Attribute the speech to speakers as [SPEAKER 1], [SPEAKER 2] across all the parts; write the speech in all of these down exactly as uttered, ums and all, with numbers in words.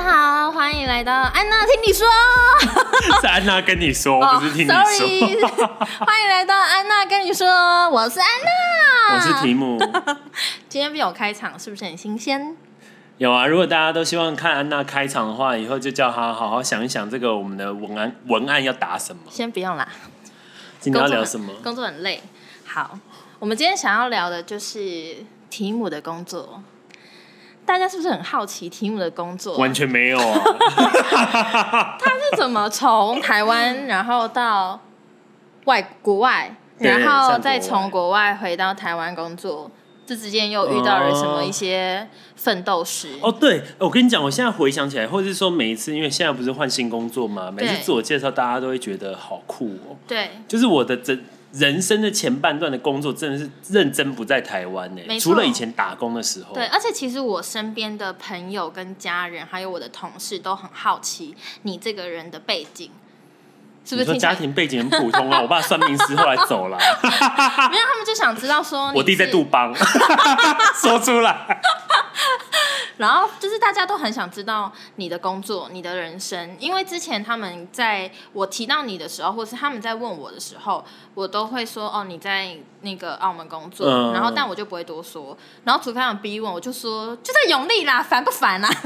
[SPEAKER 1] 好，欢迎来到安娜听你说。
[SPEAKER 2] 是安娜跟你说，不是听你说。
[SPEAKER 1] Sorry 欢迎来到安娜跟你说，我是安娜，
[SPEAKER 2] 我是提姆。
[SPEAKER 1] 今天没有开场，是不是很新鲜？
[SPEAKER 2] 有啊，如果大家都希望看安娜开场的话，以后就叫她好好想一想，这个我们的文案文案要打什么。
[SPEAKER 1] 先不用啦。
[SPEAKER 2] 今天要聊什么？
[SPEAKER 1] 工作很累。好，我们今天想要聊的就是提姆的工作。大家是不是很好奇提姆的工作？
[SPEAKER 2] 完全没有啊！
[SPEAKER 1] 他是怎么从台湾，然后到外国外，然后再从国外回到台湾工作？这之间又遇到了什么一些奋斗史？
[SPEAKER 2] 哦，对，我跟你讲，我现在回想起来，或者是说每一次，因为现在不是换新工作嘛，每次自我介绍，大家都会觉得好酷哦。
[SPEAKER 1] 对，
[SPEAKER 2] 就是我的整人生的前半段的工作，真的是认真不在台湾呢，除了以前打工的时候。
[SPEAKER 1] 对，而且其实我身边的朋友跟家人，还有我的同事，都很好奇你这个人的背景。是不是
[SPEAKER 2] 你说家庭背景很普通啊？我爸算命师后来走了，
[SPEAKER 1] 没有，他们就想知道说
[SPEAKER 2] 我弟在杜邦，说出来。
[SPEAKER 1] 然后就是大家都很想知道你的工作、你的人生，因为之前他们在我提到你的时候，或是他们在问我的时候，我都会说哦你在那个澳门工作，嗯、然后但我就不会多说，然后除非他们逼问，我就说就在永利啦，烦不烦啦？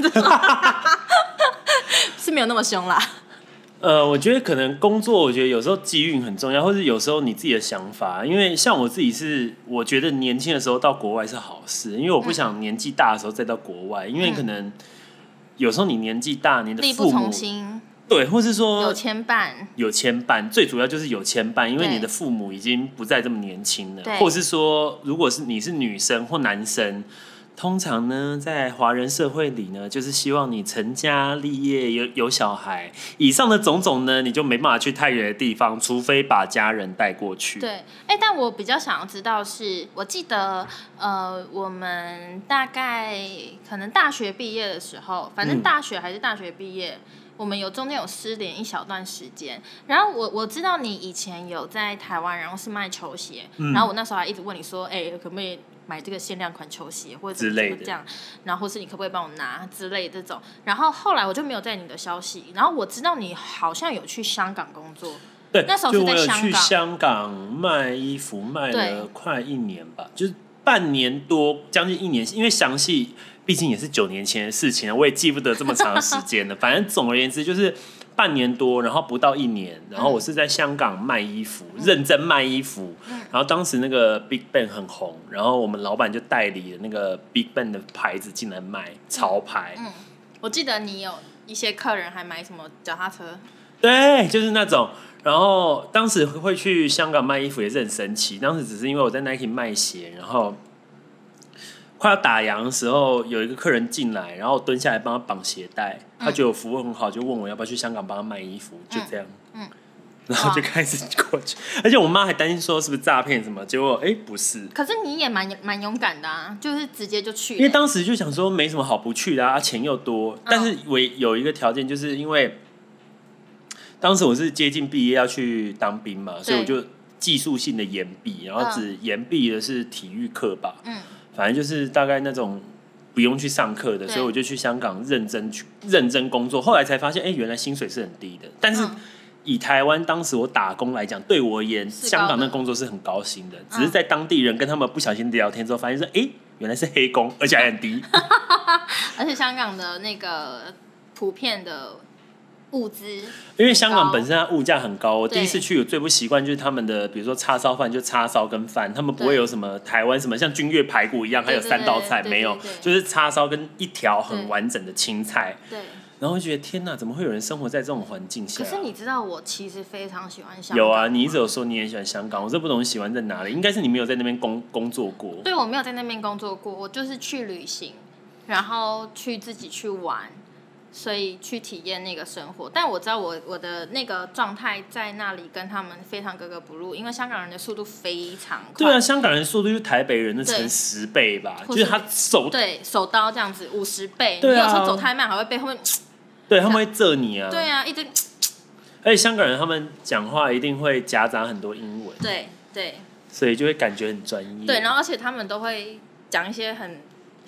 [SPEAKER 1] 是没有那么凶啦。
[SPEAKER 2] 呃，我觉得可能工作，我觉得有时候机运很重要，或是有时候你自己的想法。因为像我自己是，我觉得年轻的时候到国外是好事，因为我不想年纪大的时候再到国外，因为可能有时候你年纪大，你的父母
[SPEAKER 1] 力不从心，
[SPEAKER 2] 对，或是说
[SPEAKER 1] 有牵绊，
[SPEAKER 2] 有牵绊，最主要就是有牵绊，因为你的父母已经不再这么年轻了，或是说，如果是你是女生或男生。通常呢，在华人社会里呢，就是希望你成家立业，有有小孩。以上的种种呢，你就没办法去太远的地方，除非把家人带过去。
[SPEAKER 1] 对，哎，但我比较想要知道是，我记得呃，我们大概可能大学毕业的时候，反正大学还是大学毕业。嗯，我们有中间有失联一小段时间，然后我我知道你以前有在台湾，然后是卖球鞋，嗯、然后我那时候还一直问你说，哎、欸，可不可以买这个限量款球鞋，或者
[SPEAKER 2] 之类的
[SPEAKER 1] 这样，然后或是你可不可以帮我拿之类的这种，然后后来我就没有在你的消息，然后我知道你好像有去香港工作，
[SPEAKER 2] 对，
[SPEAKER 1] 那时候是在香港，
[SPEAKER 2] 就我有去香港卖衣服，卖了快一年吧，就是半年多，将近一年，因为详细。毕竟也是九年前的事情了，我也记不得这么长的时间了。反正总而言之，就是半年多，然后不到一年，然后我是在香港卖衣服，嗯、认真卖衣服。嗯、然后当时那个 Big Bang 很红，然后我们老板就代理了那个 Big Bang 的牌子进来卖，潮牌。
[SPEAKER 1] 嗯嗯、我记得你有一些客人还买什么脚踏车，
[SPEAKER 2] 对，就是那种。然后当时会去香港卖衣服也是很神奇，当时只是因为我在 Nike 卖鞋，然后。快要打烊的时候，有一个客人进来，然后我蹲下来帮他绑鞋带，嗯、他觉得我服务很好，就问我要不要去香港帮他卖衣服，就这样，嗯嗯、然后就开始过去，而且我妈还担心说是不是诈骗什么，结果哎、欸、不是。
[SPEAKER 1] 可是你也蛮蛮勇敢的啊，就是直接就去了。
[SPEAKER 2] 因为当时就想说没什么好不去的啊，钱又多，但是我有一个条件，就是因为当时我是接近毕业要去当兵嘛，所以我就技术性的延毕，然后只延毕的是体育课吧。嗯。反正就是大概那种不用去上课的，所以我就去香港认真去认真工作。后来才发现，哎、欸，原来薪水是很低的。但是以台湾当时我打工来讲，对我而言，香港那工作是很高薪的。只是在当地人跟他们不小心聊天之后，发现说，哎、欸，原来是黑工，而且还很低。
[SPEAKER 1] 而且香港的那个普遍的。物资，
[SPEAKER 2] 因为香港本身它物价很高，我第一次去，我最不习惯就是他们的，比如说叉烧饭就叉烧跟饭，他们不会有什么台湾什么像君悦排骨一样，还有三道菜，没有，就是叉烧跟一条很完整的青菜。对。然后就觉得天哪，怎么会有人生活在这种环境下？
[SPEAKER 1] 可是你知道，我其实非常喜欢香港。
[SPEAKER 2] 有啊，你一直有说你也喜欢香港，我真不懂你喜欢在哪里？应该是你没有在那边工工作过。
[SPEAKER 1] 对，我没有在那边工作过，我就是去旅行，然后去自己去玩。所以去体验那个生活，但我知道我我的那个状态在那里跟他们非常格格不入，因为香港人的速度非常快。
[SPEAKER 2] 对啊，香港人速度就是台北人的乘十倍吧，是就是他手
[SPEAKER 1] 对手刀这样子五十倍，
[SPEAKER 2] 对啊，
[SPEAKER 1] 你有时候走太慢还会被后面，
[SPEAKER 2] 对他们会揍你啊。
[SPEAKER 1] 对啊，一直。
[SPEAKER 2] 而且香港人他们讲话一定会夹杂很多英文，
[SPEAKER 1] 对对，
[SPEAKER 2] 所以就会感觉很专业。
[SPEAKER 1] 对，然后而且他们都会讲一些很。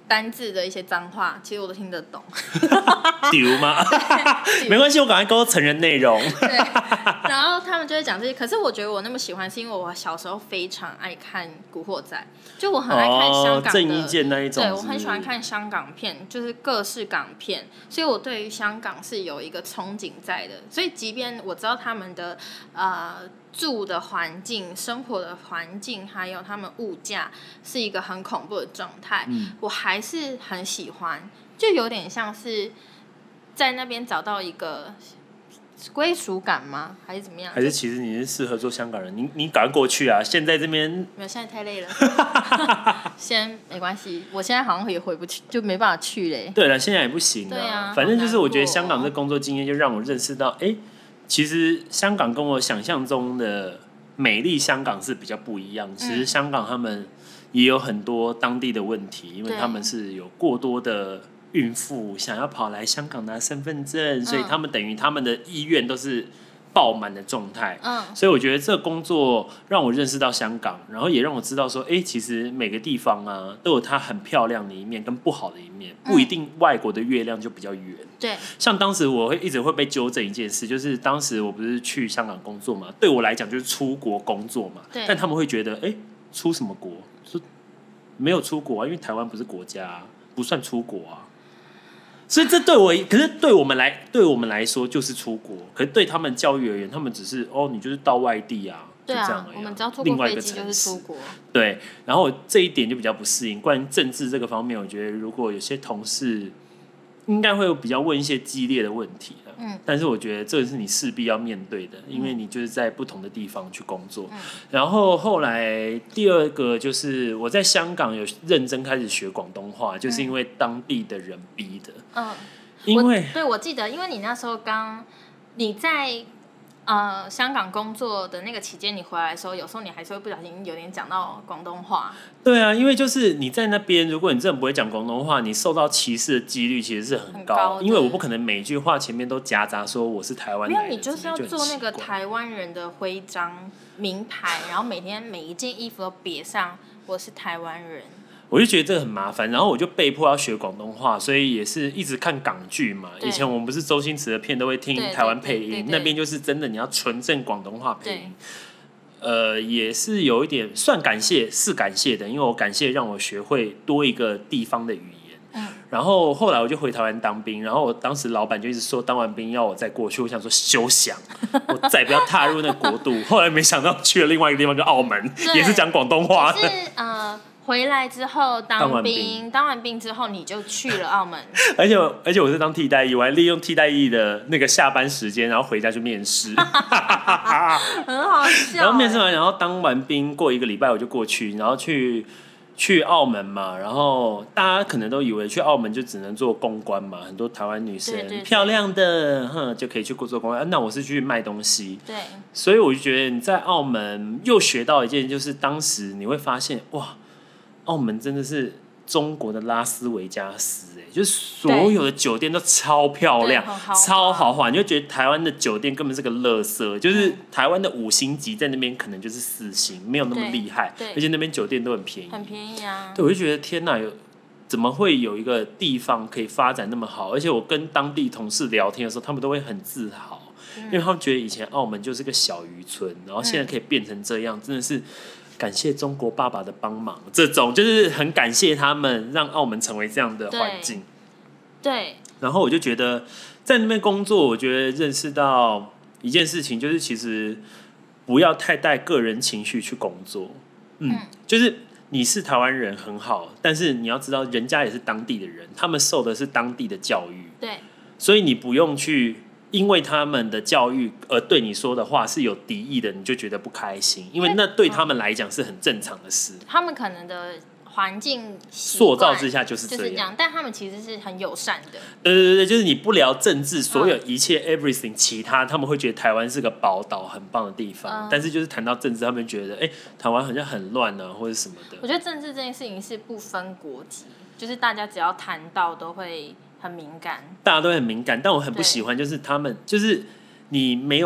[SPEAKER 1] 单字的一些脏话，其实我都听得懂。
[SPEAKER 2] 丢吗？没关系，我赶快勾成人内容。
[SPEAKER 1] 对，然后他们就会讲这些。可是我觉得我那么喜欢，是因为我小时候非常爱看《古惑仔》，就我很爱看香港的、
[SPEAKER 2] 哦、郑伊健那一种是不是，
[SPEAKER 1] 对我很喜欢看香港片，就是各式港片，所以我对于香港是有一个憧憬在的。所以即便我知道他们的呃住的环境、生活的环境，还有他们物价是一个很恐怖的状态，嗯、我还是很喜欢，就有点像是在那边找到一个归属感吗？还是怎么样？
[SPEAKER 2] 还是其实你是适合做香港人？你你赶快过去啊！现在这边
[SPEAKER 1] 没有，现在太累了。先没关系，我现在好像也回不去，就没办法去嘞。
[SPEAKER 2] 对了，现在也不行
[SPEAKER 1] 对啊，
[SPEAKER 2] 反正就是我觉得香港这工作经验就让我认识到，哎、欸，其实香港跟我想象中的美丽香港是比较不一样。其实香港他们也有很多当地的问题，因为他们是有过多的孕妇想要跑来香港拿身份证，所以他们等于他们的医院都是爆满的状态。嗯，所以我觉得这个工作让我认识到香港，然后也让我知道说，哎、欸，其实每个地方啊都有它很漂亮的一面跟不好的一面，不一定外国的月亮就比较圆。
[SPEAKER 1] 对，
[SPEAKER 2] 像当时我会一直会被纠正一件事，就是当时我不是去香港工作嘛，对我来讲就是出国工作嘛，但他们会觉得，哎、欸，出什么国？说没有出国啊，因为台湾不是国家、啊，不算出国啊。所以这对我，可是对我们来，对我们来说就是出国。可是对他们教育而言，他们只是哦，你就是到外地啊，
[SPEAKER 1] 对啊，
[SPEAKER 2] 就这样而已、啊。
[SPEAKER 1] 我们只要坐过飞机就是出国。
[SPEAKER 2] 对，然后这一点就比较不适应。关于政治这个方面，我觉得如果有些同事应该会有比较问一些激烈的问题啊。嗯，但是我觉得这是你势必要面对的，因为你就是在不同的地方去工作。嗯、然后后来第二个就是我在香港有认真开始学广东话，就是因为当地的人逼的。嗯，因为
[SPEAKER 1] 我对我记得，因为你那时候刚你在。呃，香港工作的那个期间，你回来的时候，有时候你还是会不小心有点讲到广东话。
[SPEAKER 2] 对啊，因为就是你在那边，如果你真的不会讲广东话，你受到歧视的几率其实是很高。很高，因为我不可能每句话前面都夹杂说我是台湾来的。
[SPEAKER 1] 没有，你就是要做那个台湾人的徽章、名牌，然后每天每一件衣服都别上我是台湾人。
[SPEAKER 2] 我就觉得这个很麻烦，然后我就被迫要学广东话，所以也是一直看港剧嘛。以前我们不是周星驰的片都会听台湾配音，那边就是真的你要纯正广东话配音。呃，也是有一点算感谢，是感谢的，因为我感谢让我学会多一个地方的语言。嗯，然后后来我就回台湾当兵，然后我当时老板就一直说当完兵要我再过去，我想说休想，我再不要踏入那国度。后来没想到去了另外一个地方，就澳门，也是讲广东话的。
[SPEAKER 1] 是呃。回来之后当兵，当完兵，当完兵之后你就去了澳门。
[SPEAKER 2] 而且而且我是当替代役，我还利用替代役的那个下班时间，然后回家去面试，
[SPEAKER 1] 很好笑。
[SPEAKER 2] 然后面试完，然后当完兵过一个礼拜我就过去，然后去去澳门嘛。然后大家可能都以为去澳门就只能做公关嘛，很多台湾女生
[SPEAKER 1] 对对对
[SPEAKER 2] 漂亮的，哼，就可以去做公关。啊、那我是去卖东西，
[SPEAKER 1] 对。
[SPEAKER 2] 所以我就觉得你在澳门又学到一件，就是当时你会发现哇。澳门真的是中国的拉斯维加斯，哎，就是所有的酒店都超漂亮、超豪华，你就觉得台湾的酒店根本是个垃圾，就是台湾的五星级在那边可能就是四星，没有那么厉害，而且那边酒店都很便宜，
[SPEAKER 1] 很便宜啊。
[SPEAKER 2] 对，我就觉得天哪，有怎么会有一个地方可以发展那么好？而且我跟当地同事聊天的时候，他们都会很自豪，嗯、因为他们觉得以前澳门就是个小渔村，然后现在可以变成这样，真的是。感谢中国爸爸的帮忙，这种就是很感谢他们让澳门成为这样的环境。
[SPEAKER 1] 对。
[SPEAKER 2] 然后我就觉得在那边工作，我觉得认识到一件事情，就是其实不要太带个人情绪去工作。嗯，嗯就是你是台湾人很好，但是你要知道，人家也是当地的人，他们受的是当地的教育。
[SPEAKER 1] 对。所
[SPEAKER 2] 以你不用去。因为他们的教育而对你说的话是有敌意的，你就觉得不开心，因为那对他们来讲是很正常的事。
[SPEAKER 1] 他们可能的环境
[SPEAKER 2] 塑造之下就是
[SPEAKER 1] 这样，就是这样，但他们其实是很友善的。
[SPEAKER 2] 对对对，就是你不聊政治，所有一切 everything 其他，他们会觉得台湾是个宝岛，很棒的地方。嗯、但是就是谈到政治，他们觉得哎、欸，台湾好像很乱啊，或者什么的。
[SPEAKER 1] 我觉得政治这件事情是不分国籍，就是大家只要谈到都会。很敏感，
[SPEAKER 2] 大家都很敏感，但我很不喜欢，就是他们，就是你没有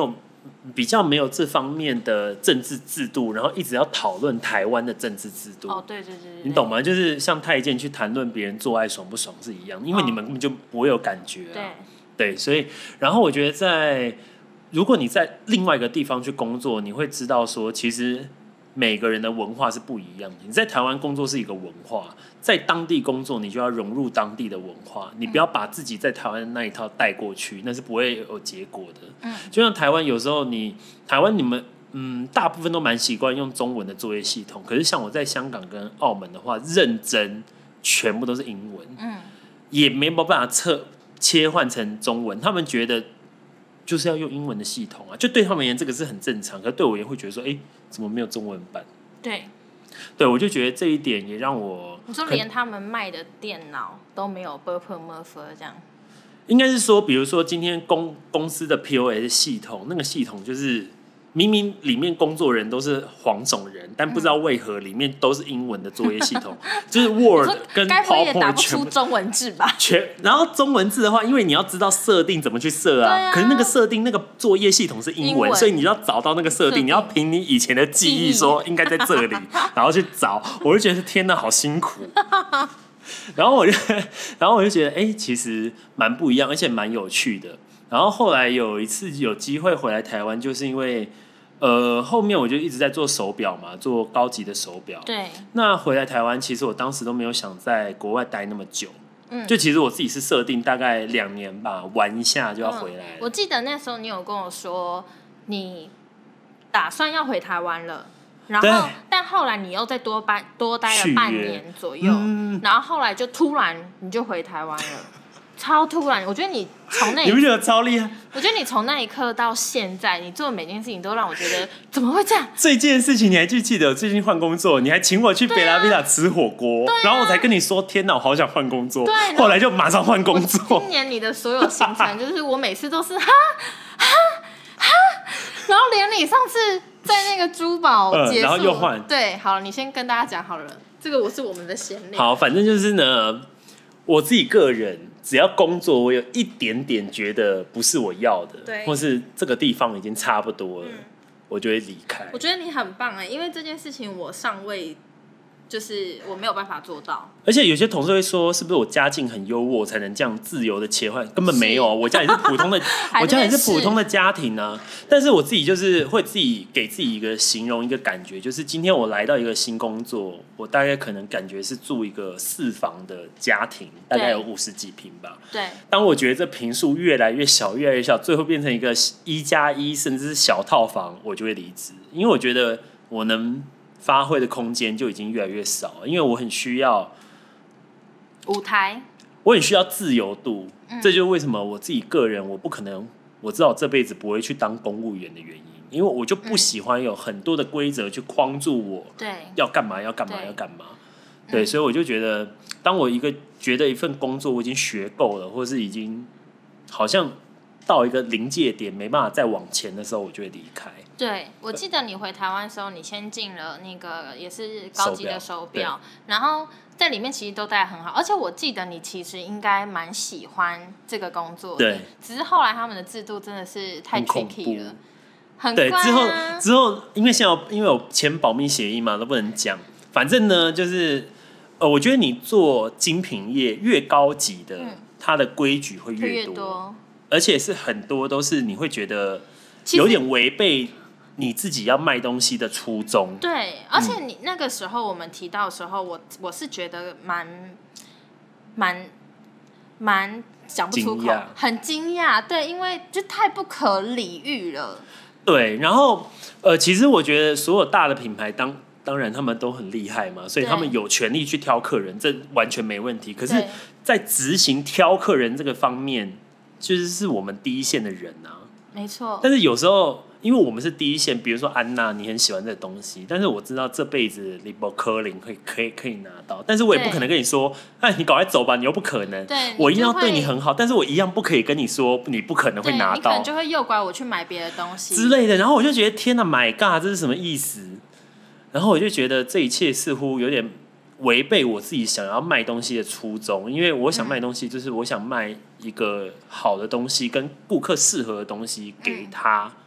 [SPEAKER 2] 比较没有这方面的政治制度，然后一直要讨论台湾的政治制度。
[SPEAKER 1] 哦，对对 对, 对，
[SPEAKER 2] 你懂吗？就是像太监去谈论别人做爱爽不爽是一样，因为你们根本就不会有感觉啊。
[SPEAKER 1] 对
[SPEAKER 2] 对，所以然后我觉得在如果你在另外一个地方去工作，你会知道说，其实每个人的文化是不一样的。你在台湾工作是一个文化，在当地工作你就要融入当地的文化，你不要把自己在台湾的那一套带过去，那是不会有结果的。嗯，就像台湾有时候你台湾你们嗯大部分都蛮习惯用中文的作业系统，可是像我在香港跟澳门的话，认真全部都是英文，嗯，也没有办法测切换成中文，他们觉得就是要用英文的系统啊，就对他们而言这个是很正常，可是对我也会觉得说，哎、欸，怎么没有中文版？
[SPEAKER 1] 对，
[SPEAKER 2] 对，我就觉得这一点也让我，
[SPEAKER 1] 你说连他们卖的电脑都没有 b u r p l e m u r p h 这样，
[SPEAKER 2] 应该是说，比如说今天公公司的 P O S 系统，那个系统就是明明里面工作人都是黄种人，但不知道为何里面都是英文的作业系统，就是 Word 跟 PowerPoint
[SPEAKER 1] 打不出中文字吧？
[SPEAKER 2] 全，然后中文字的话，因为你要知道设定怎么去设 啊, 啊，可是那个设定那个作业系统是英 文, 英文所以你要找到那个设定，你要凭你以前的记忆说应该在这里，然后去找，我就觉得天哪，好辛苦。然后我就，然后我就觉得，哎、欸，其实蛮不一样，而且蛮有趣的。然后后来有一次有机会回来台湾，就是因为，呃，后面我就一直在做手表嘛，做高级的手表。
[SPEAKER 1] 对。
[SPEAKER 2] 那回来台湾，其实我当时都没有想在国外待那么久。嗯。就其实我自己是设定大概两年吧，玩一下就要回来、嗯。
[SPEAKER 1] 我记得那时候你有跟我说，你打算要回台湾了。然后，但后来你又再多待多待了半年左右、嗯，然后后来就突然你就回台湾了，超突然。我觉得你从那，
[SPEAKER 2] 你不觉得超厉害？
[SPEAKER 1] 我觉得你从那一刻到现在，你做的每件事情都让我觉得怎么会这样？
[SPEAKER 2] 这件事情你还记得？我最近换工作，你还请我去贝拉维拉吃火锅、啊，然后我才跟你说，天哪，我好想换工作。
[SPEAKER 1] 对，
[SPEAKER 2] 后来就马上换工作。
[SPEAKER 1] 今年你的所有行程，就是我每次都是哈哈哈，然后连你上次。在那个珠宝结束、
[SPEAKER 2] 呃，然后又换。
[SPEAKER 1] 对，好了，你先跟大家讲好了，这个我是我们的闲聊。
[SPEAKER 2] 好，反正就是呢，我自己个人只要工作，我有一点点觉得不是我要的，
[SPEAKER 1] 对，
[SPEAKER 2] 或是这个地方已经差不多了，嗯、我就会离开。
[SPEAKER 1] 我觉得你很棒哎、欸，因为这件事情我尚未。就是我没有办法做到，
[SPEAKER 2] 而且有些同事会说，是不是我家境很优渥才能这样自由的切换？根本没有，我家也是普通的，我家也是普通的家庭啊。但是我自己就是会自己给自己一个形容一个感觉，就是今天我来到一个新工作，我大概可能感觉是住一个四房的家庭，大概有五十几坪吧。
[SPEAKER 1] 对。
[SPEAKER 2] 当我觉得这坪数越来越小，越来越小，最后变成一个一加一甚至是小套房，我就会离职，因为我觉得我能。发挥的空间就已经越来越少，因为我很需要
[SPEAKER 1] 舞台，
[SPEAKER 2] 我很需要自由度、嗯，这就是为什么我自己个人我不可能，我知道我这辈子不会去当公务员的原因，因为我就不喜欢有很多的规则去框住我，对，要干嘛要干嘛要干嘛，对，所以我就觉得，当我一个觉得一份工作我已经学够了，或是已经好像到一个临界点没办法再往前的时候，我就会离开。
[SPEAKER 1] 对，我记得你回台湾的时候，你先进了那个也是高级的手表，然后在里面其实都待得很好，而且我记得你其实应该蛮喜欢这个工作的，对，只是后来他们的制度真的是太 tricky 了，很怪啊。
[SPEAKER 2] 对，之后之后因为现在因为有签保密协议嘛，都不能讲。反正呢，就是呃，我觉得你做精品业越高级的，嗯、它的规矩会越 多, 越多，而且是很多都是你会觉得有点违背。你自己要卖东西的初衷，
[SPEAKER 1] 对，而且你那个时候我们提到的时候，我我是觉得蛮蛮蛮讲不出口，很惊讶，对，因为就太不可理喻了。
[SPEAKER 2] 对，然后呃，其实我觉得所有大的品牌当当然他们都很厉害嘛，所以他们有权利去挑客人，这完全没问题。可是，在执行挑客人这个方面，就是是我们第一线的人啊，
[SPEAKER 1] 没错。
[SPEAKER 2] 但是有时候。因为我们是第一线，比如说安娜，你很喜欢这个东西，但是我知道这辈子你不可能会可以可以拿到，但是我也不可能跟你说，哎，你赶快走吧，你又不可能。
[SPEAKER 1] 对，
[SPEAKER 2] 我一定要对你很好，但是我一样不可以跟你说，你不可能会拿到，你可
[SPEAKER 1] 能就会诱拐我去买别的东西
[SPEAKER 2] 之类的。然后我就觉得天哪 ，My God， 这是什么意思？然后我就觉得这一切似乎有点违背我自己想要卖东西的初衷，因为我想卖东西就是我想卖一个好的东西，跟顾客适合的东西给他。嗯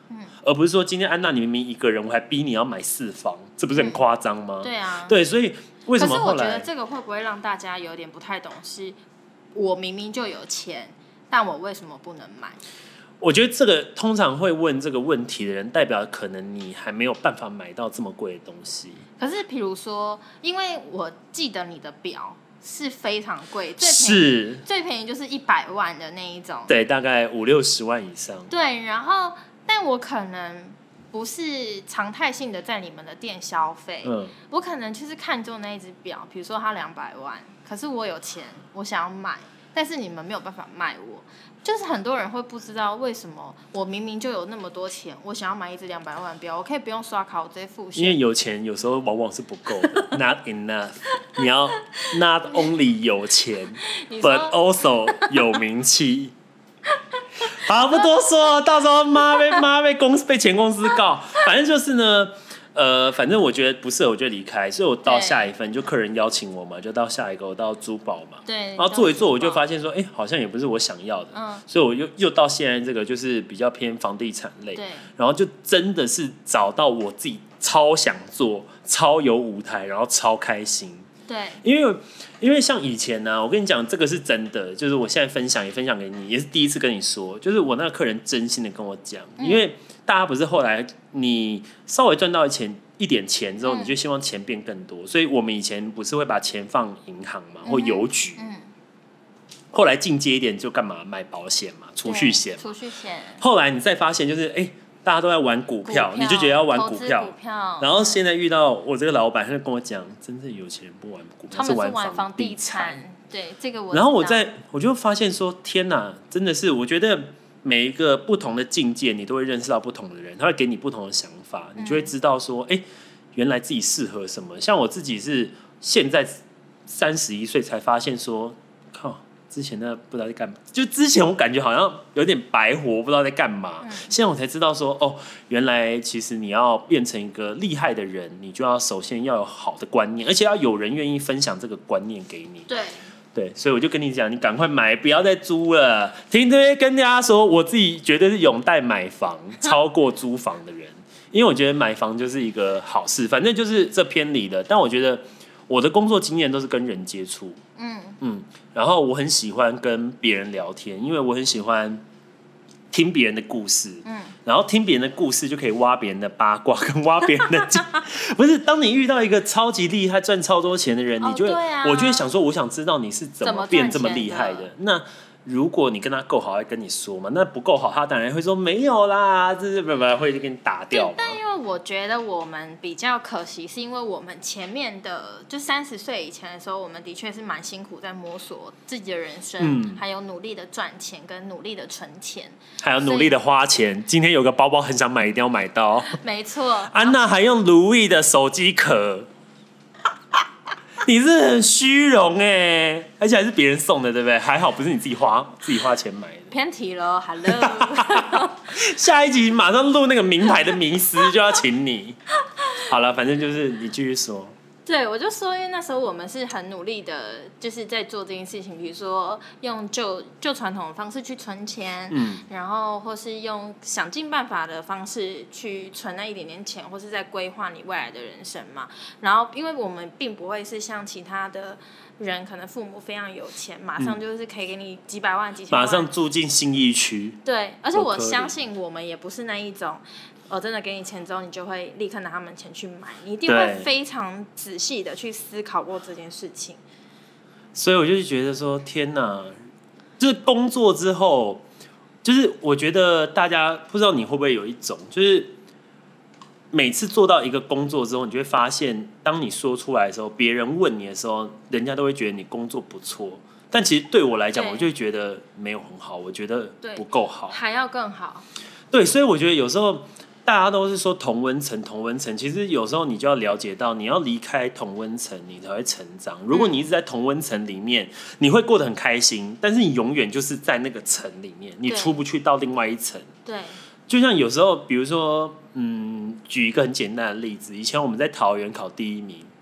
[SPEAKER 1] 嗯，
[SPEAKER 2] 而不是说今天安娜你明明一个人，我还逼你要买四房，这不是很夸张吗？
[SPEAKER 1] 嗯？对啊，
[SPEAKER 2] 对，所以为什么后来？
[SPEAKER 1] 可是我觉得这个会不会让大家有点不太懂？是我明明就有钱，但我为什么不能买？
[SPEAKER 2] 我觉得这个通常会问这个问题的人，代表可能你还没有办法买到这么贵的东西。
[SPEAKER 1] 可是，比如说，因为我记得你的表是非常贵，最便宜
[SPEAKER 2] 是
[SPEAKER 1] 最便宜就是一百万的那一种，
[SPEAKER 2] 对，大概五六十万以上。
[SPEAKER 1] 对，然后，但我可能不是常态性的在你们的店消费，
[SPEAKER 2] 嗯，
[SPEAKER 1] 我可能就是看中那一只表，比如说它两百万，可是我有钱，我想要买，但是你们没有办法卖我。就是很多人会不知道为什么我明明就有那么多钱，我想要买一只两百万表，我可以不用刷卡，我直接付现。
[SPEAKER 2] 因为有钱有时候往往是不够的，not enough。你要 not only 有钱，but also 有名气。好，不多说，到时候妈被妈被公司被前公司告，反正就是呢。呃，反正我觉得不适合，我就离开，所以我到下一份就客人邀请我嘛，就到下一个我到珠宝嘛，
[SPEAKER 1] 对，
[SPEAKER 2] 然后做一做，我就发现说，哎、欸，好像也不是我想要的，嗯，所以我又又到现在这个就是比较偏房地产类，
[SPEAKER 1] 对，
[SPEAKER 2] 然后就真的是找到我自己超想做、超有舞台，然后超开心，
[SPEAKER 1] 对，
[SPEAKER 2] 因为因为像以前呢、啊，我跟你讲这个是真的，就是我现在分享也分享给你，也是第一次跟你说，就是我那个客人真心的跟我讲，嗯、因为大家不是后来你稍微赚到钱一点钱之后，你就希望钱变更多，嗯、所以我们以前不是会把钱放银行嘛，或邮局，嗯，后来进阶一点就干嘛买保险嘛，储蓄险，
[SPEAKER 1] 储蓄险，
[SPEAKER 2] 后来你再发现就是哎。欸大家都在玩股 票, 股票，你就觉得要玩股票，
[SPEAKER 1] 股票
[SPEAKER 2] 然后现在遇到我这个老板，他就跟我讲，真正有钱人不玩股票，
[SPEAKER 1] 他们是
[SPEAKER 2] 玩
[SPEAKER 1] 房
[SPEAKER 2] 地
[SPEAKER 1] 产。对，这个我。
[SPEAKER 2] 然后我在我就发现说，天哪，真的是，我觉得每一个不同的境界，你都会认识到不同的人，他会给你不同的想法，你就会知道说，哎、嗯，原来自己适合什么。像我自己是现在三十一岁才发现说，靠。之前那不知道在干嘛，就之前我感觉好像有点白活，不知道在干嘛。嗯、现在我才知道说，哦，原来其实你要变成一个厉害的人，你就要首先要有好的观念，而且要有人愿意分享这个观念给你。
[SPEAKER 1] 对
[SPEAKER 2] 对，所以我就跟你讲，你赶快买，不要再租了。听这边跟大家说，我自己绝对是永代买房超过租房的人，因为我觉得买房就是一个好事，反正就是这偏离的。但我觉得我的工作经验都是跟人接触。嗯嗯，然后我很喜欢跟别人聊天，因为我很喜欢听别人的故事。嗯，然后听别人的故事就可以挖别人的八卦，跟挖别人的不是。当你遇到一个超级厉害、赚超多钱的人，
[SPEAKER 1] 哦、
[SPEAKER 2] 你就会，
[SPEAKER 1] 啊、
[SPEAKER 2] 我就会想说，我想知道你是怎么变这么厉害的。那如果你跟他够好，他会跟你说嘛？那不够好，他当然会说没有啦，这是不不会跟你打掉嘛。
[SPEAKER 1] 但因为我觉得我们比较可惜，是因为我们前面的就三十岁以前的时候，我们的确是蛮辛苦，在摸索自己的人生，嗯、还有努力的赚钱，跟努力的存钱，
[SPEAKER 2] 还有努力的花钱。今天有个包包很想买，一定要买到。
[SPEAKER 1] 没错，
[SPEAKER 2] 安娜还用卢易的手机壳。你是很虚荣哎，而且还是别人送的，对不对？还好不是你自己花自己花钱买的。
[SPEAKER 1] 偏题了 ，Hello。
[SPEAKER 2] 下一集马上录那个名牌的迷思，就要请你。好了，反正就是你继续说。
[SPEAKER 1] 对，我就说，因为那时候我们是很努力的，就是在做这件事情，比如说用旧旧传统的方式去存钱，嗯，然后或是用想尽办法的方式去存那一点点钱，或是在规划你未来的人生嘛。然后，因为我们并不会是像其他的人，可能父母非常有钱，马上就是可以给你几百万、几千万，
[SPEAKER 2] 马上住进信义区。
[SPEAKER 1] 对，而且我相信我们也不是那一种。我、哦、真的给你钱之后，你就会立刻拿他们钱去买，你一定会非常仔细的去思考过这件事情。
[SPEAKER 2] 所以我就觉得说，天哪！就是工作之后，就是我觉得大家不知道你会不会有一种，就是每次做到一个工作之后，你就会发现，当你说出来的时候，别人问你的时候，人家都会觉得你工作不错。但其实对我来讲，我就会觉得没有很好，我觉得不够好，
[SPEAKER 1] 还要更好。
[SPEAKER 2] 对，所以我觉得有时候。大家都是说同温层，同温层。其实有时候你就要了解到，你要离开同温层，你才会成长。如果你一直在同温层里面，你会过得很开心，但是你永远就是在那个层里面，你出不去到另外一层。
[SPEAKER 1] 对，
[SPEAKER 2] 就像有时候，比如说，嗯，举一个很简单的例子，以前我们在桃园考第一名，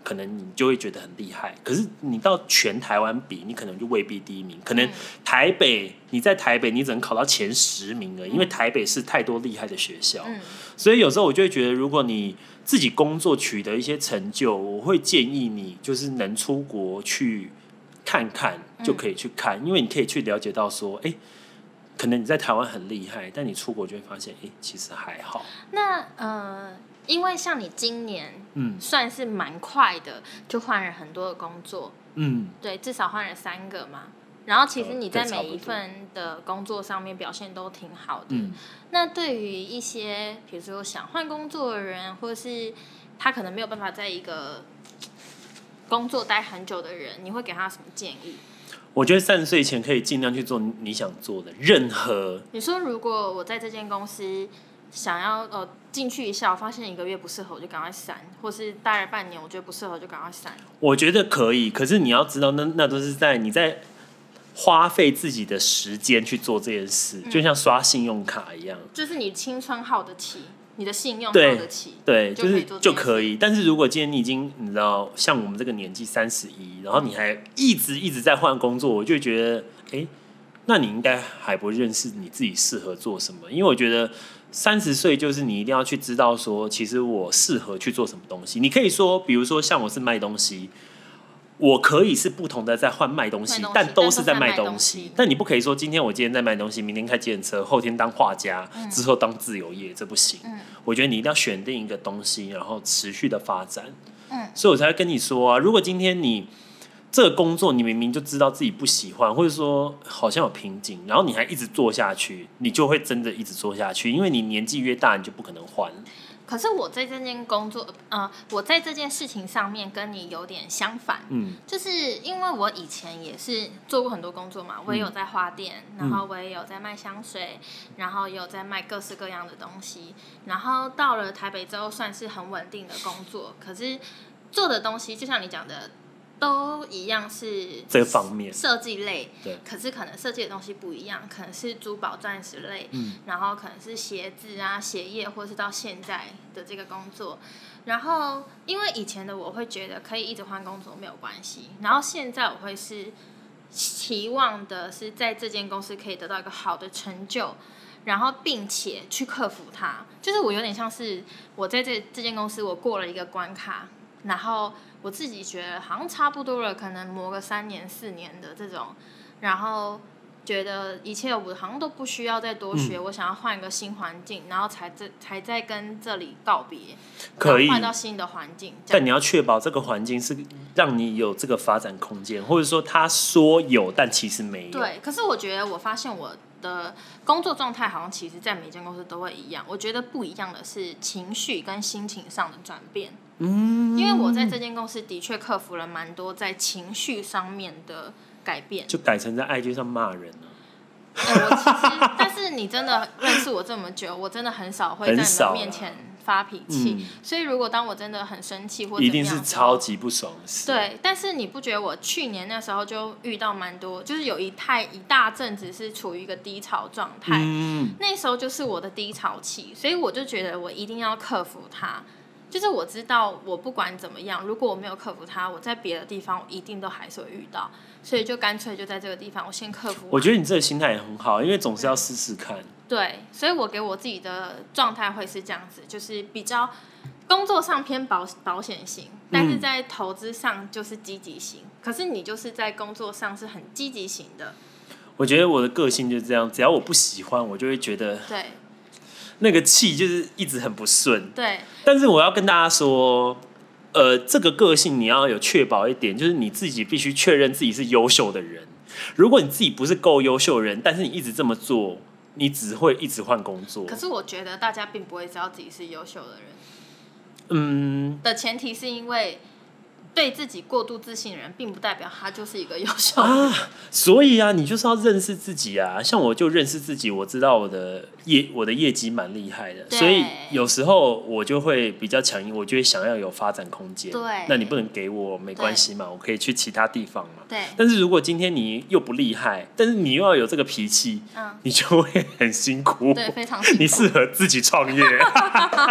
[SPEAKER 2] 可能你就会觉得很厉害。可是你到全台湾比，你可能就未必第一名。可能台北，你在台北你只能考到前十名而已，因为台北是太多厉害的学校。嗯、所以有时候我就会觉得，如果你自己工作取得一些成就，我会建议你就是能出国去看看，就可以去看，嗯、因为你可以去了解到说，哎、欸。可能你在台湾很厉害，但你出国就会发现，哎、欸，其实还好。
[SPEAKER 1] 那呃，因为像你今年，嗯，算是蛮快的，就换了很多的工作，嗯，对，至少换了三个嘛。然后其实你在每一份的工作上面表现都挺好的。嗯、那对于一些比如说想换工作的人，或者是他可能没有办法在一个工作待很久的人，你会给他什么建议？
[SPEAKER 2] 我觉得三十岁前可以尽量去做你想做的任何。
[SPEAKER 1] 你说，如果我在这间公司想要呃进去一下，我发现一个月不适合，我就赶快闪；或是待了半年，我觉得不适合，就赶快闪。
[SPEAKER 2] 我觉得可以，可是你要知道那，那那都是在你在花费自己的时间去做这件事，嗯、就像刷信用卡一样，
[SPEAKER 1] 就是你青春耗得起。你的信用耗得起，
[SPEAKER 2] 对，就是就可以。但是如果今天你已经你知道，像我们这个年纪三十一，然后你还一直一直在换工作，我就觉得，哎、欸，那你应该还不认识你自己适合做什么。因为我觉得三十岁就是你一定要去知道说，其实我适合去做什么东西。你可以说，比如说像我是卖东西。我可以是不同的在换卖东西，但都是在卖东西。但你不可以说今天我今天在卖东西，明天开计程车，后天当画家，嗯、之后当自由业，这不行。嗯、我觉得你一定要选定一个东西，然后持续的发展。嗯、所以我才会跟你说啊，如果今天你这个工作你明明就知道自己不喜欢，或者说好像有瓶颈，然后你还一直做下去，你就会真的一直做下去，因为你年纪越大，你就不可能换。
[SPEAKER 1] 可是我在这件工作，呃，我在这件事情上面跟你有点相反，嗯，就是因为我以前也是做过很多工作嘛，我也有在花店，嗯、然后我也有在卖香水，然后也有在卖各式各样的东西，然后到了台北之后算是很稳定的工作，可是做的东西就像你讲的。都一样是
[SPEAKER 2] 这方面
[SPEAKER 1] 设计类，
[SPEAKER 2] 对，
[SPEAKER 1] 可是可能设计的东西不一样，可能是珠宝钻石类，嗯，然后可能是鞋子啊、鞋业，或是到现在的这个工作。然后因为以前的我会觉得可以一直换工作没有关系，然后现在我会是期望的是在这间公司可以得到一个好的成就，然后并且去克服它。就是我有点像是我在这这间公司我过了一个关卡，然后我自己觉得好像差不多了，可能磨个三年四年的这种，然后觉得一切我好像都不需要再多学，嗯、我想要换一个新环境，然后才这才在跟这里告别，
[SPEAKER 2] 可以
[SPEAKER 1] 换到新的环境。
[SPEAKER 2] 但你要确保这个环境是让你有这个发展空间，或者说他说有，但其实没有。
[SPEAKER 1] 对，可是我觉得我发现我的工作状态好像其实在每间公司都会一样，我觉得不一样的是情绪跟心情上的转变。嗯，因为我在这间公司的确克服了蛮多在情绪上面的改变，
[SPEAKER 2] 就改成在 I G 上骂人了。
[SPEAKER 1] 欸、我其实，但是你真的认识我这么久，我真的很少会在你们面前发脾气，嗯、所以如果当我真的很生气或者
[SPEAKER 2] 一定是超级不爽的事。
[SPEAKER 1] 对，但是你不觉得我去年那时候就遇到蛮多，就是有一太一大阵子是处于一个低潮状态，嗯、那时候就是我的低潮期，所以我就觉得我一定要克服它。就是我知道我不管怎么样，如果我没有克服它，我在别的地方我一定都还是会遇到，所以就干脆就在这个地方我先克服。
[SPEAKER 2] 我觉得你这个心态也很好，因为总是要试试看。
[SPEAKER 1] 对，所以我给我自己的状态会是这样子，就是比较工作上偏保保险型，但是在投资上就是积极型。嗯、可是你就是在工作上是很积极型的。
[SPEAKER 2] 我觉得我的个性就是这样，只要我不喜欢，我就会觉得
[SPEAKER 1] 对。
[SPEAKER 2] 那个气就是一直很不顺，
[SPEAKER 1] 对。
[SPEAKER 2] 但是我要跟大家说，呃，这个个性你要有确保一点，就是你自己必须确认自己是优秀的人。如果你自己不是够优秀的人，但是你一直这么做，你只会一直换工作。
[SPEAKER 1] 可是我觉得大家并不会知道自己是优秀的人。
[SPEAKER 2] 嗯。的
[SPEAKER 1] 前提是因为。对自己过度自信的人，并不代表他就是一个优秀的人啊。
[SPEAKER 2] 所以啊，你就是要认识自己啊。像我就认识自己，我知道我的业我的业绩蛮厉害的，所以有时候我就会比较强硬，我就会想要有发展空间。
[SPEAKER 1] 对，
[SPEAKER 2] 那你不能给我没关系嘛，我可以去其他地方嘛。
[SPEAKER 1] 对。
[SPEAKER 2] 但是如果今天你又不厉害，但是你又要有这个脾气，嗯、你就会很辛苦。
[SPEAKER 1] 对，非常辛苦。
[SPEAKER 2] 你适合自己创业。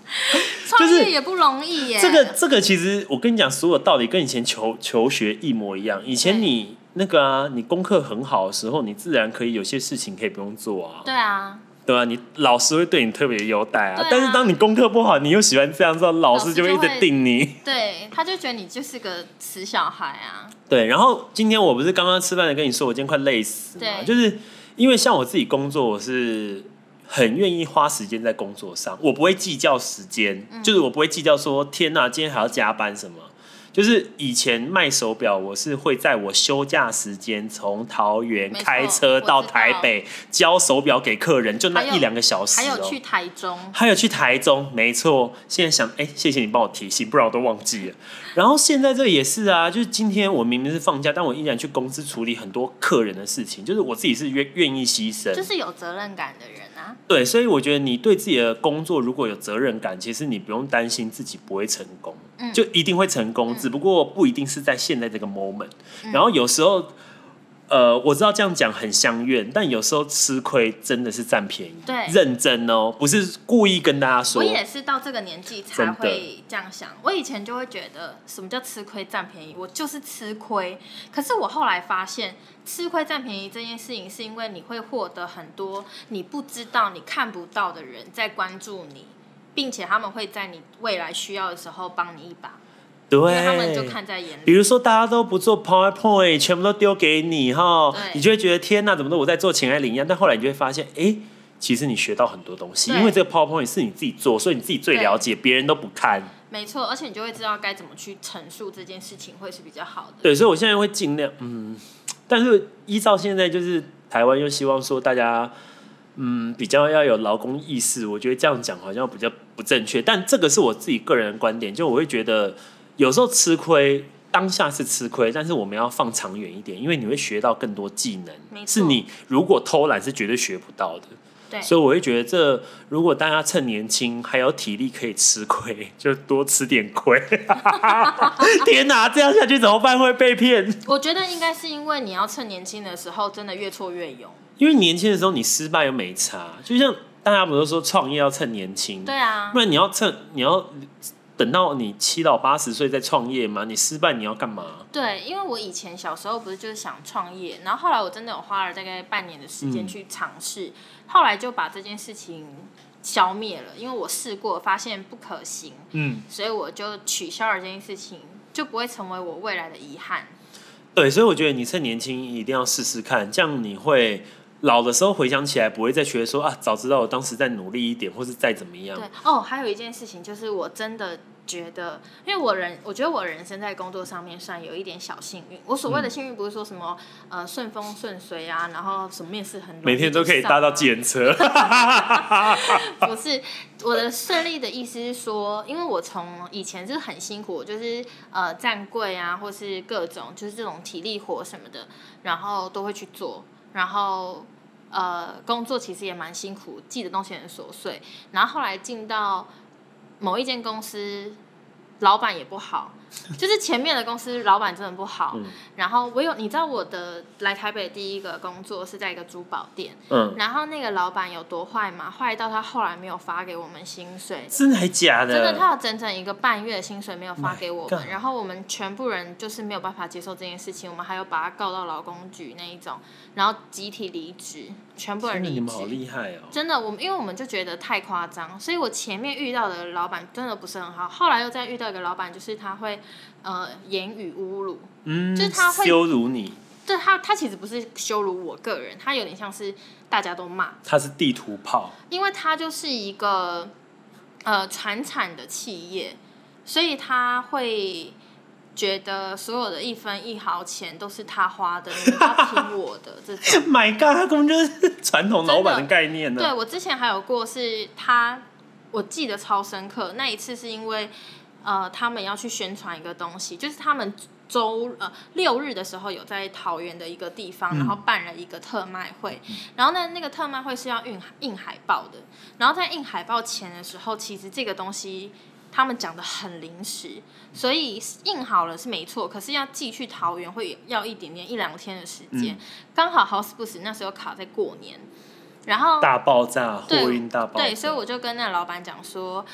[SPEAKER 1] 创业也不容易耶。
[SPEAKER 2] 这个这个其实我跟你讲，所有道理跟以前求求学一模一样。以前你那个啊，你功课很好的时候，你自然可以有些事情可以不用做啊。
[SPEAKER 1] 对啊。
[SPEAKER 2] 对啊，你老师会对你特别优待 啊, 啊，但是当你功课不好，你又喜欢这样做，老师就会一直定你。
[SPEAKER 1] 对，他就觉得你就是个死小孩啊。
[SPEAKER 2] 对，然后今天我不是刚刚吃饭的跟你说，我今天快累死嘛，就是因为像我自己工作，我是很愿意花时间在工作上，我不会计较时间，嗯、就是我不会计较说天哪，今天还要加班什么。就是以前卖手表，我是会在我休假时间从桃园开车到台北交手表给客人，就那一两个小时、喔、
[SPEAKER 1] 还有去台中，
[SPEAKER 2] 还有去台中，没错。现在想，哎、欸，谢谢你帮我提醒，不然我都忘记了。然后现在这也是啊，就是今天我明明是放假，但我依然去公司处理很多客人的事情，就是我自己是愿愿意牺牲，
[SPEAKER 1] 就是有责任感的人啊。
[SPEAKER 2] 对，所以我觉得你对自己的工作如果有责任感，其实你不用担心自己不会成功，嗯、就一定会成功。嗯只不过不一定是在现在这个 moment，、嗯、然后有时候，呃，我知道这样讲很相怨，但有时候吃亏真的是占便宜，
[SPEAKER 1] 对，
[SPEAKER 2] 认真哦，不是故意跟大家说。
[SPEAKER 1] 我也是到这个年纪才会这样想，我以前就会觉得什么叫吃亏占便宜，我就是吃亏。可是我后来发现，吃亏占便宜这件事情，是因为你会获得很多你不知道、你看不到的人在关注你，并且他们会在你未来需要的时候帮你一把。
[SPEAKER 2] 对，
[SPEAKER 1] 因为他们就看在眼里。
[SPEAKER 2] 比如说，大家都不做 PowerPoint， 全部都丢给你哈，你就会觉得天哪，怎么都我在做情爱领一样。但后来你就会发现，哎、欸，其实你学到很多东西，因为这个 PowerPoint 是你自己做，所以你自己最了解，别人都不看。
[SPEAKER 1] 没错，而且你就会知道该怎么去陈述这件事情，会是比较好的。
[SPEAKER 2] 对，所以我现在会尽量，嗯，但是依照现在就是台湾又希望说大家。嗯，比较要有劳工意识，我觉得这样讲好像比较不正确，但这个是我自己个人的观点，就我会觉得有时候吃亏，当下是吃亏，但是我们要放长远一点，因为你会学到更多技能，是你如果偷懒是绝对学不到的。
[SPEAKER 1] 对，
[SPEAKER 2] 所以我会觉得这如果大家趁年轻还有体力可以吃亏，就多吃点亏。天哪，这样下去怎么办？会被骗？
[SPEAKER 1] 我觉得应该是因为你要趁年轻的时候，真的越挫越勇。
[SPEAKER 2] 因为年轻的时候你失败又没差，就像大家不是说创业要趁年轻，
[SPEAKER 1] 对啊，
[SPEAKER 2] 不然你要趁你要等到你七老八十岁再创业吗？你失败你要干嘛？
[SPEAKER 1] 对，因为我以前小时候不是就是想创业，然后后来我真的有花了大概半年的时间去尝试、嗯，后来就把这件事情消灭了，因为我试过发现不可行，嗯，所以我就取消了这件事情，就不会成为我未来的遗憾。
[SPEAKER 2] 对，所以我觉得你趁年轻一定要试试看，这样你会。老的时候回想起来，不会再觉得说啊，早知道我当时再努力一点，或是再怎么样。
[SPEAKER 1] 对哦，还有一件事情就是，我真的觉得，因为我人，我觉得我人生在工作上面算有一点小幸运。我所谓的幸运，不是说什么、嗯、呃顺风顺水啊，然后什么面试很容易、啊、
[SPEAKER 2] 每天都可以搭到计程车。
[SPEAKER 1] 不是，我的顺利的意思是说，因为我从以前就是很辛苦，就是呃站柜啊，或是各种就是这种体力活什么的，然后都会去做。然后，呃，工作其实也蛮辛苦，记的东西很琐碎。然后后来进到某一间公司，老板也不好，就是前面的公司老板真的不好。嗯、然后我有，你知道我的来台北第一个工作是在一个珠宝店，嗯，然后那个老板有多坏嘛？坏到他后来没有发给我们薪水，
[SPEAKER 2] 真的还假的？
[SPEAKER 1] 真的，他有整整一个半月的薪水没有发给我们，然后我们全部人就是没有办法接受这件事情，我们还有把他告到劳工局那一种，然后集体离职，全部人离职。
[SPEAKER 2] 你们好厉害哦！
[SPEAKER 1] 真的，我们因为我们就觉得太夸张，所以我前面遇到的老板真的不是很好，后来又再遇到一个老板，就是他会呃言语侮辱，嗯，就是他会
[SPEAKER 2] 羞辱你。
[SPEAKER 1] 对他，他其实不是羞辱我个人，他有点像是大家都骂。
[SPEAKER 2] 他是地图炮，
[SPEAKER 1] 因为他就是一个呃传产的企业，所以他会觉得所有的一分一毫钱都是他花的，你们要听我的这种。
[SPEAKER 2] My God， 他根本就是传统老板的概念呢。
[SPEAKER 1] 对，我之前还有过是他，我记得超深刻。那一次是因为呃他们要去宣传一个东西，就是他们。周呃六日的时候有在桃园的一个地方，然后办了一个特卖会，嗯、然后呢那个特卖会是要印印海报的，然后在印海报前的时候，其实这个东西他们讲的很临时，所以印好了是没错，可是要寄去桃园会要一点点一两天的时间，刚、嗯、好好死不死那时候卡在过年，然后
[SPEAKER 2] 大爆炸，货运大爆炸，
[SPEAKER 1] 对，所以我就跟那个老板讲说。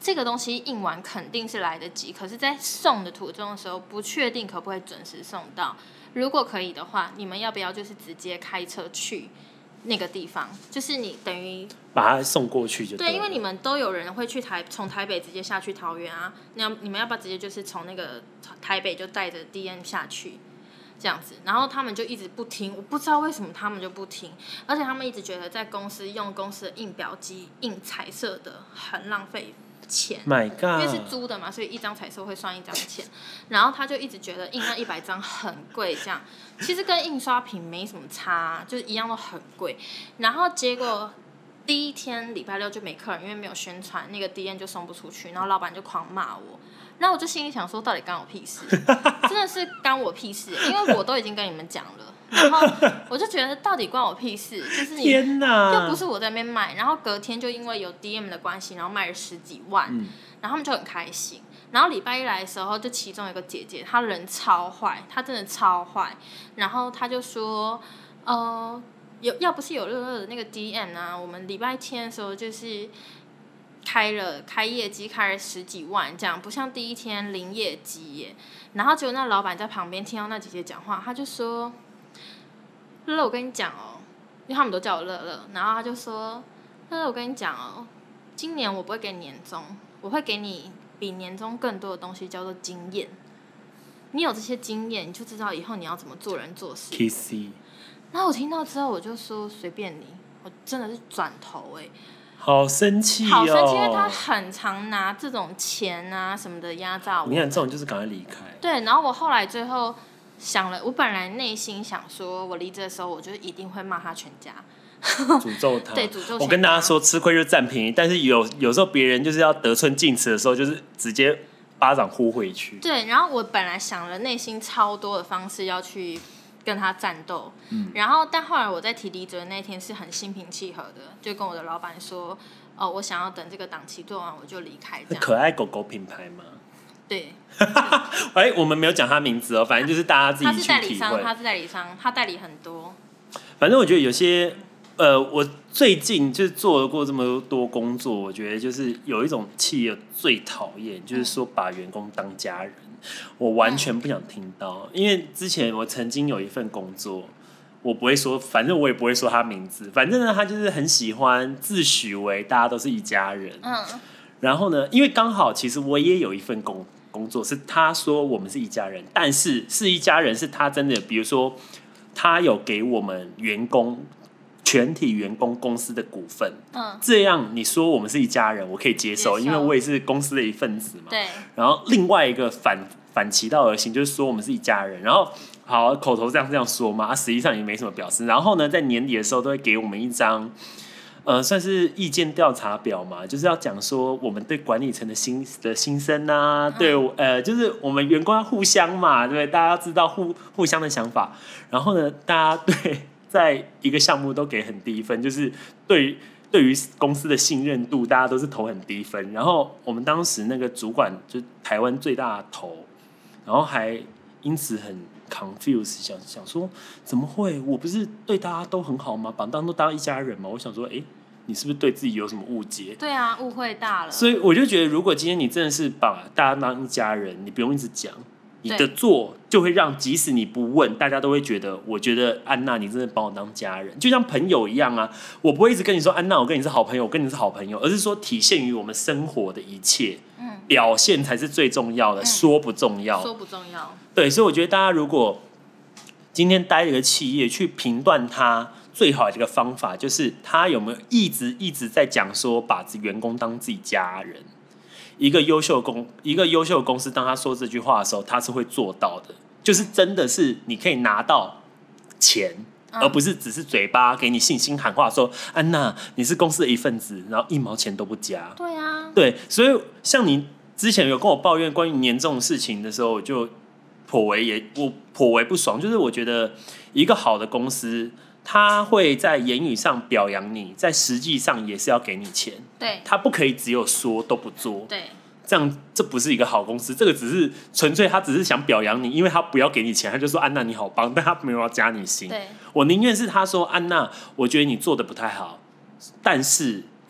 [SPEAKER 1] 这个东西印完肯定是来得及，可是在送的途中的时候不确定可不可以准时送到。如果可以的话，你们要不要就是直接开车去那个地方？就是你等于
[SPEAKER 2] 把它送过去就对了。
[SPEAKER 1] 对，因为你们都有人会去台从台北直接下去桃园啊，那你们要不要直接就是从那个台北就带着 D M 下去？这样子，然后他们就一直不听，我不知道为什么他们就不听，而且他们一直觉得在公司用公司的印表机印彩色的很浪费钱
[SPEAKER 2] ，My God，
[SPEAKER 1] 因为是租的嘛，所以一张彩色会算一张钱，然后他就一直觉得印那一百张很贵，这样其实跟印刷品没什么差，就是一样都很贵，然后结果第一天礼拜六就没客人，因为没有宣传，那个 D M 就送不出去，然后老板就狂骂我。然后我就心里想说，到底干我屁事？真的是干我屁事，因为我都已经跟你们讲了。然后我就觉得，到底关我屁事？就是你
[SPEAKER 2] 天哪，
[SPEAKER 1] 又不是我在那边卖。然后隔天就因为有 D M 的关系，然后卖了十几万，嗯、然后他们就很开心。然后礼拜一来的时候，就其中有个姐姐，她人超坏，她真的超坏。然后她就说，呃，有要不是有乐乐的那个 D M 啊，我们礼拜天的时候就是。开了开业绩开了十几万，这样不像第一天零业绩耶。然后结果那老板在旁边听到那姐姐讲话，他就说：“乐乐，我跟你讲哦，因为他们都叫我乐乐。”然后他就说：“乐乐，我跟你讲哦，今年我不会给你年终，我会给你比年终更多的东西，叫做经验。你有这些经验，你就知道以后你要怎么做人做事。”
[SPEAKER 2] Kissy。
[SPEAKER 1] 然后我听到之后，我就说：“随便你。”我真的是转头哎。
[SPEAKER 2] 好生气哦！
[SPEAKER 1] 好生气，因为他很常拿这种钱啊什么的压榨我。
[SPEAKER 2] 你看这种就是赶快离开。
[SPEAKER 1] 对，然后我后来最后想了，我本来内心想说，我离职的时候，我就一定会骂他全家，
[SPEAKER 2] 诅咒他。
[SPEAKER 1] 对，诅咒。
[SPEAKER 2] 我跟大家说，吃亏就占便宜，但是有有时候别人就是要得寸进尺的时候，就是直接巴掌呼回去。
[SPEAKER 1] 对，然后我本来想了内心超多的方式要去跟他战斗，嗯、然后但后来我在提离职的那天是很心平气和的，就跟我的老板说，哦，我想要等这个档期做完我就离开这样。
[SPEAKER 2] 可爱狗狗品牌吗？
[SPEAKER 1] 对。
[SPEAKER 2] 哎，我们没有讲他名字哦，反正就是大家自己去体会。
[SPEAKER 1] 他是代理商，他是代理商，他代理很多。
[SPEAKER 2] 反正我觉得有些，呃，我最近就是做过这么多工作，我觉得就是有一种企业最讨厌，就是说把员工当家人。我完全不想听到，因为之前我曾经有一份工作，我不会说，反正我也不会说他名字，反正呢，他就是很喜欢自诩为大家都是一家人。嗯，然后呢，因为刚好其实我也有一份工工作，是他说我们是一家人，但是是一家人是他真的，比如说他有给我们员工。全体员工公司的股份，嗯，这样你说我们是一家人，我可以接受，因为我也是公司的一份子嘛。
[SPEAKER 1] 对。
[SPEAKER 2] 然后另外一个反反其道而行，就是说我们是一家人。然后好，口头这样这样说嘛，啊，实际上也没什么表示。然后呢，在年底的时候都会给我们一张，呃，算是意见调查表嘛，就是要讲说我们对管理层的心的心声啊，嗯、对，呃，就是我们员工要互相嘛，对不对？大家要知道互互相的想法。然后呢，大家对。在一个项目都给很低分，就是对于对于公司的信任度，大家都是投很低分。然后我们当时那个主管就台湾最大的头，然后还因此很 confused， 想想说怎么会？我不是对大家都很好吗？把当都当一家人吗？我想说，哎、欸，你是不是对自己有什么误解？
[SPEAKER 1] 对啊，误会大了。
[SPEAKER 2] 所以我就觉得，如果今天你真的是把大家当一家人，你不用一直讲。你的做就会让即使你不问，大家都会觉得，我觉得安娜你真的把我当家人，就像朋友一样啊。我不会一直跟你说安娜，我跟你是好朋友，我跟你是好朋友，而是说体现于我们生活的一切，嗯、表现才是最重要的，嗯、说不重要，
[SPEAKER 1] 说不重要。
[SPEAKER 2] 对，所以我觉得大家如果今天待一个企业，去评断它最好的一个方法，就是他有没有一直一直在讲说把员工当自己家人。一个优秀公一个优秀的公司，当他说这句话的时候，他是会做到的，就是真的是你可以拿到钱，嗯、而不是只是嘴巴给你信心喊话说安娜你是公司的一份子，然后一毛钱都不加。
[SPEAKER 1] 对啊，
[SPEAKER 2] 对，所以像你之前有跟我抱怨关于年终的事情的时候，我就颇为也我颇为不爽，就是我觉得一个好的公司。他会在言语上表扬你，在实际上也是要给你钱。
[SPEAKER 1] 对，
[SPEAKER 2] 他不可以只有说都不做。
[SPEAKER 1] 对，
[SPEAKER 2] 这样这不是一个好公司。这个只是纯粹他只是想表扬你，因为他不要给你钱，他就说安娜你好棒，但他没有要加你薪。
[SPEAKER 1] 对，
[SPEAKER 2] 我宁愿是他说安娜，我觉得你做的不太好，但是因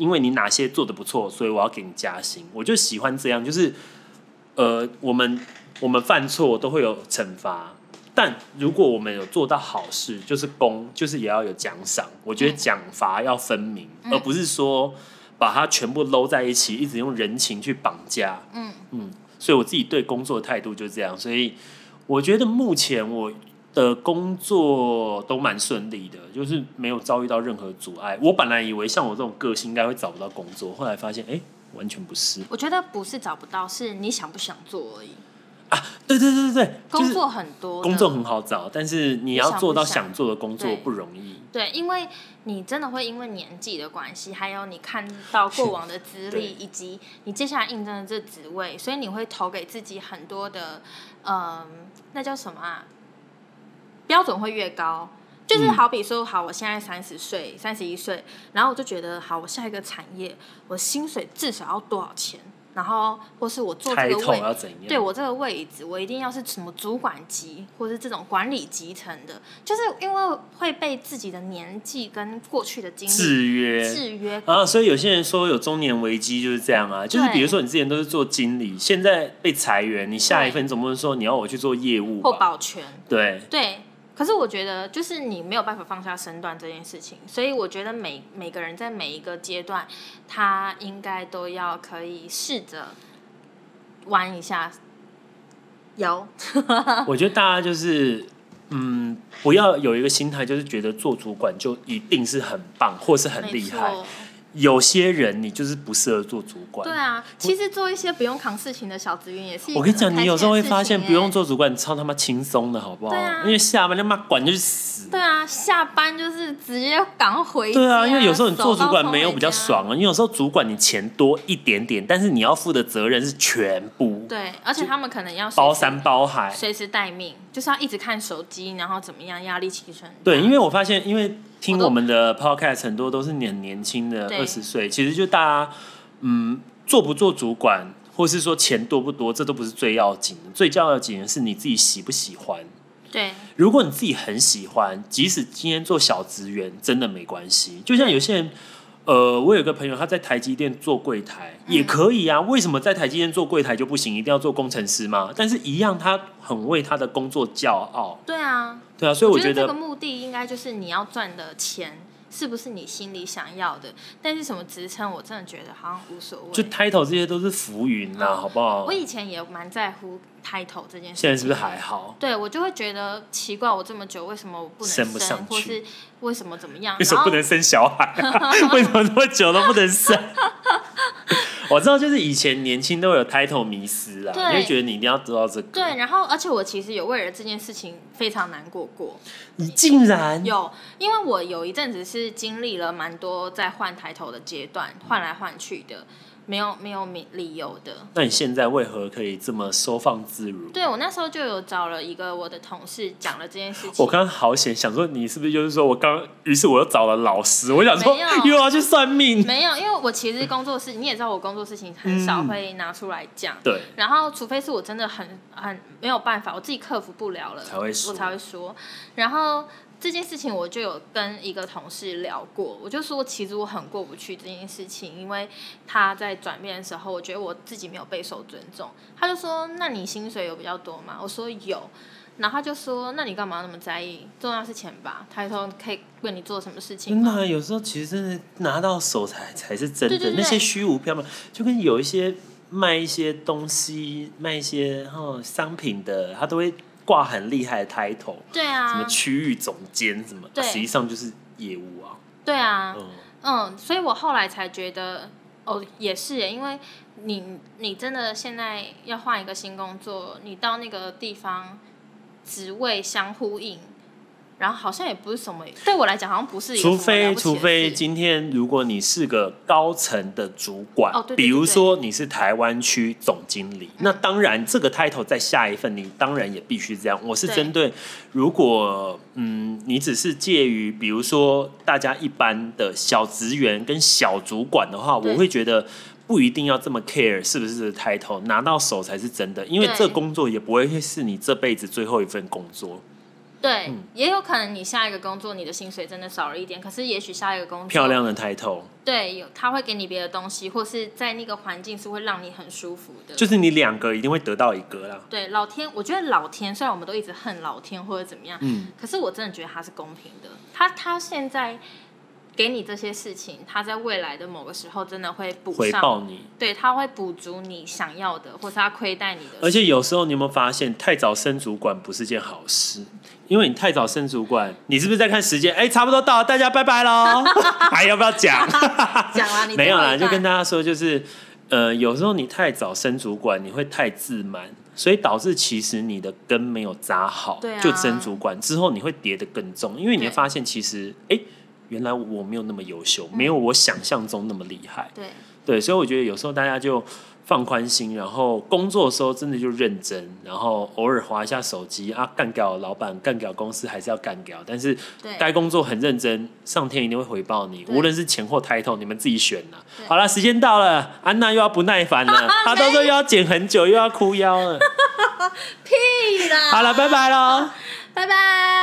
[SPEAKER 2] 因为你哪些做的不错，所以我要给你加薪。我就喜欢这样，就是呃，我们我们犯错都会有惩罚，但如果我们有做到好事，就是功，就是也要有奖赏。我觉得奖罚要分明，嗯、而不是说把它全部搂在一起，一直用人情去绑架。嗯嗯，所以我自己对工作的态度就是这样。所以我觉得目前我的工作都蛮顺利的，就是没有遭遇到任何阻碍。我本来以为像我这种个性应该会找不到工作，后来发现，哎、欸，完全不是。
[SPEAKER 1] 我觉得不是找不到，是你想不想做而已。
[SPEAKER 2] 啊，对对对对对，
[SPEAKER 1] 工作很多，
[SPEAKER 2] 工作很好找，但是你要做到想做的工作不容易。
[SPEAKER 1] 对，因为你真的会因为年纪的关系，还有你看到过往的资历，以及你接下来应征的这职位，所以你会投给自己很多的，嗯，那叫什么啊？标准会越高。就是好比说，好，我现在三十岁、三十一岁，然后我就觉得，好，我下一个产业，我薪水至少要多少钱？然后，或是我做这个位，对我这个位置，我一定要是什么主管级，或是这种管理级层的，就是因为会被自己的年纪跟过去的经历
[SPEAKER 2] 制约，
[SPEAKER 1] 制约
[SPEAKER 2] 啊。所以有些人说有中年危机就是这样啊，就是比如说你之前都是做经理，现在被裁员，你下一份总不能说你要我去做业务吧
[SPEAKER 1] 或保全，
[SPEAKER 2] 对
[SPEAKER 1] 对。可是我觉得，就是你没有办法放下身段这件事情，所以我觉得每每个人在每一个阶段，他应该都要可以试着弯一下腰。
[SPEAKER 2] 我觉得大家就是，嗯，不要有一个心态，就是觉得做主管就一定是很棒或是很厉害。有些人你就是不适合做主管。
[SPEAKER 1] 对啊，其实做一些不用扛事情的小职员也是一个
[SPEAKER 2] 我跟你讲，你有时候会发现
[SPEAKER 1] 欸
[SPEAKER 2] 不用做主管超他妈轻松的好不好？
[SPEAKER 1] 对啊，
[SPEAKER 2] 因为下班他妈管就是死。
[SPEAKER 1] 对啊，下班就是直接赶快回家。
[SPEAKER 2] 对啊，因为有时候你做主管没有比较爽啊，你有时候主管你钱多一点点，但是你要负的责任是全部。
[SPEAKER 1] 对，而且他们可能要
[SPEAKER 2] 包山包海，
[SPEAKER 1] 随时待命，就是要一直看手机，然后怎么样，压力其实很大。
[SPEAKER 2] 对，因为我发现，因为听我们的 podcast 很多都是很年轻的二十岁，其实就大家嗯做不做主管，或是说钱多不多，这都不是最要紧的，最要紧的是你自己喜不喜欢。
[SPEAKER 1] 对，
[SPEAKER 2] 如果你自己很喜欢，即使今天做小职员，真的没关系。就像有些人，呃，我有个朋友他在台积电做柜台、嗯、也可以啊，为什么在台积电做柜台就不行？一定要做工程师吗？但是一样，他很为他的工作骄傲。
[SPEAKER 1] 对啊，
[SPEAKER 2] 对啊，所以我觉得
[SPEAKER 1] 这个目的应该就是你要赚的钱是不是你心里想要的？但是什么职称，我真的觉得好像无所谓。
[SPEAKER 2] 就 title 这些都是浮云啦、嗯，好不好？
[SPEAKER 1] 我以前也蛮在乎 title 这件事情，
[SPEAKER 2] 现在是不是还好？
[SPEAKER 1] 对，我就会觉得奇怪，我这么久为什么我不能生，
[SPEAKER 2] 升不上去，
[SPEAKER 1] 或是为什么怎么样？
[SPEAKER 2] 为什么不能生小孩、啊？为什么那么久都不能生？我知道，就是以前年轻都有 title 迷思啊，你会觉得你一定要得到这个。
[SPEAKER 1] 对，然后而且我其实有为了这件事情非常难过过。
[SPEAKER 2] 你竟然
[SPEAKER 1] 有，因为我有一阵子是经历了蛮多在换抬头的阶段，换来换去的，没有没有理由的。
[SPEAKER 2] 那你现在为何可以这么收放自如？
[SPEAKER 1] 对，我那时候就有找了一个我的同事讲了这件事情。
[SPEAKER 2] 我刚刚好险，想说你是不是就是说我刚，于是我又找了老师，我想说又要去算命。
[SPEAKER 1] 没有，因为我其实工作室你也知道，我工作事情很少会拿出来讲、嗯。对。然后，除非是我真的很很没有办法，我自己克服不了了，
[SPEAKER 2] 才会说，
[SPEAKER 1] 我才会说。然后这件事情我就有跟一个同事聊过，我就说其实我很过不去这件事情，因为他在转变的时候，我觉得我自己没有备受尊重。他就说：“那你薪水有比较多吗？”我说有。然后他就说：“那你干嘛那么在意？重要是钱吧？抬头可以为你做什么事情吗？”
[SPEAKER 2] 真的、啊，有时候其实真的拿到手才才是真的，
[SPEAKER 1] 对对对，
[SPEAKER 2] 那些虚无缥缈，就跟有一些卖一些东西、卖一些、哦、商品的，他都会挂很厉害的 title，
[SPEAKER 1] 对啊，
[SPEAKER 2] 什么区域总监什么，
[SPEAKER 1] 对，
[SPEAKER 2] 实际上就是业务啊。
[SPEAKER 1] 对啊，
[SPEAKER 2] 嗯，
[SPEAKER 1] 嗯，所以我后来才觉得，哦，也是耶，因为你你真的现在要换一个新工作，你到那个地方。职位相呼应，然后好像也不是什么，对我来讲好像不是一个什么了不起的事。
[SPEAKER 2] 除非除非今天如果你是个高层的主管，
[SPEAKER 1] 哦、对对对对，
[SPEAKER 2] 比如说你是台湾区总经理，嗯、那当然这个 title 在下一份你当然也必须这样。我是针对如果嗯你只是介于比如说大家一般的小职员跟小主管的话，我会觉得。不一定要这么 care 是不是 title， 拿到手才是真的，因为这工作也不会是你这辈子最后一份工作。
[SPEAKER 1] 对、嗯，也有可能你下一个工作你的薪水真的少了一点，可是也许下一个工作
[SPEAKER 2] 漂亮的抬头，
[SPEAKER 1] 对，有他会给你别的东西，或是在那个环境是会让你很舒服的。
[SPEAKER 2] 就是你两个一定会得到一个啦。
[SPEAKER 1] 对，老天，我觉得老天虽然我们都一直恨老天或者怎么样，嗯，可是我真的觉得他是公平的。他他现在给你这些事情，他在未来的某个时候真的会补上
[SPEAKER 2] 回报你，
[SPEAKER 1] 对，他会补足你想要的，或是他亏待你的。
[SPEAKER 2] 而且有时候你有没有发现，太早升主管不是件好事？因为你太早升主管，你是不是在看时间？哎、欸，差不多到了，大家拜拜喽！还要不要讲？
[SPEAKER 1] 讲啦，你
[SPEAKER 2] 没有啦，就跟大家说，就是呃，有时候你太早升主管，你会太自满，所以导致其实你的根没有扎好，
[SPEAKER 1] 对啊、
[SPEAKER 2] 就升主管之后，你会跌得更重，因为你会发现其实哎。欸原来我没有那么优秀，没有我想象中那么厉害。
[SPEAKER 1] 对
[SPEAKER 2] 对，所以我觉得有时候大家就放宽心，然后工作的时候真的就认真，然后偶尔滑一下手机啊，干掉老板，干掉公司还是要干掉，但是该工作很认真，上天一定会回报你，无论是钱或title，你们自己选啦。好了，时间到了，安娜又要不耐烦了，她到时候又要剪很久，又要哭腰了。
[SPEAKER 1] 屁啦！
[SPEAKER 2] 好了，拜拜喽，
[SPEAKER 1] 拜拜。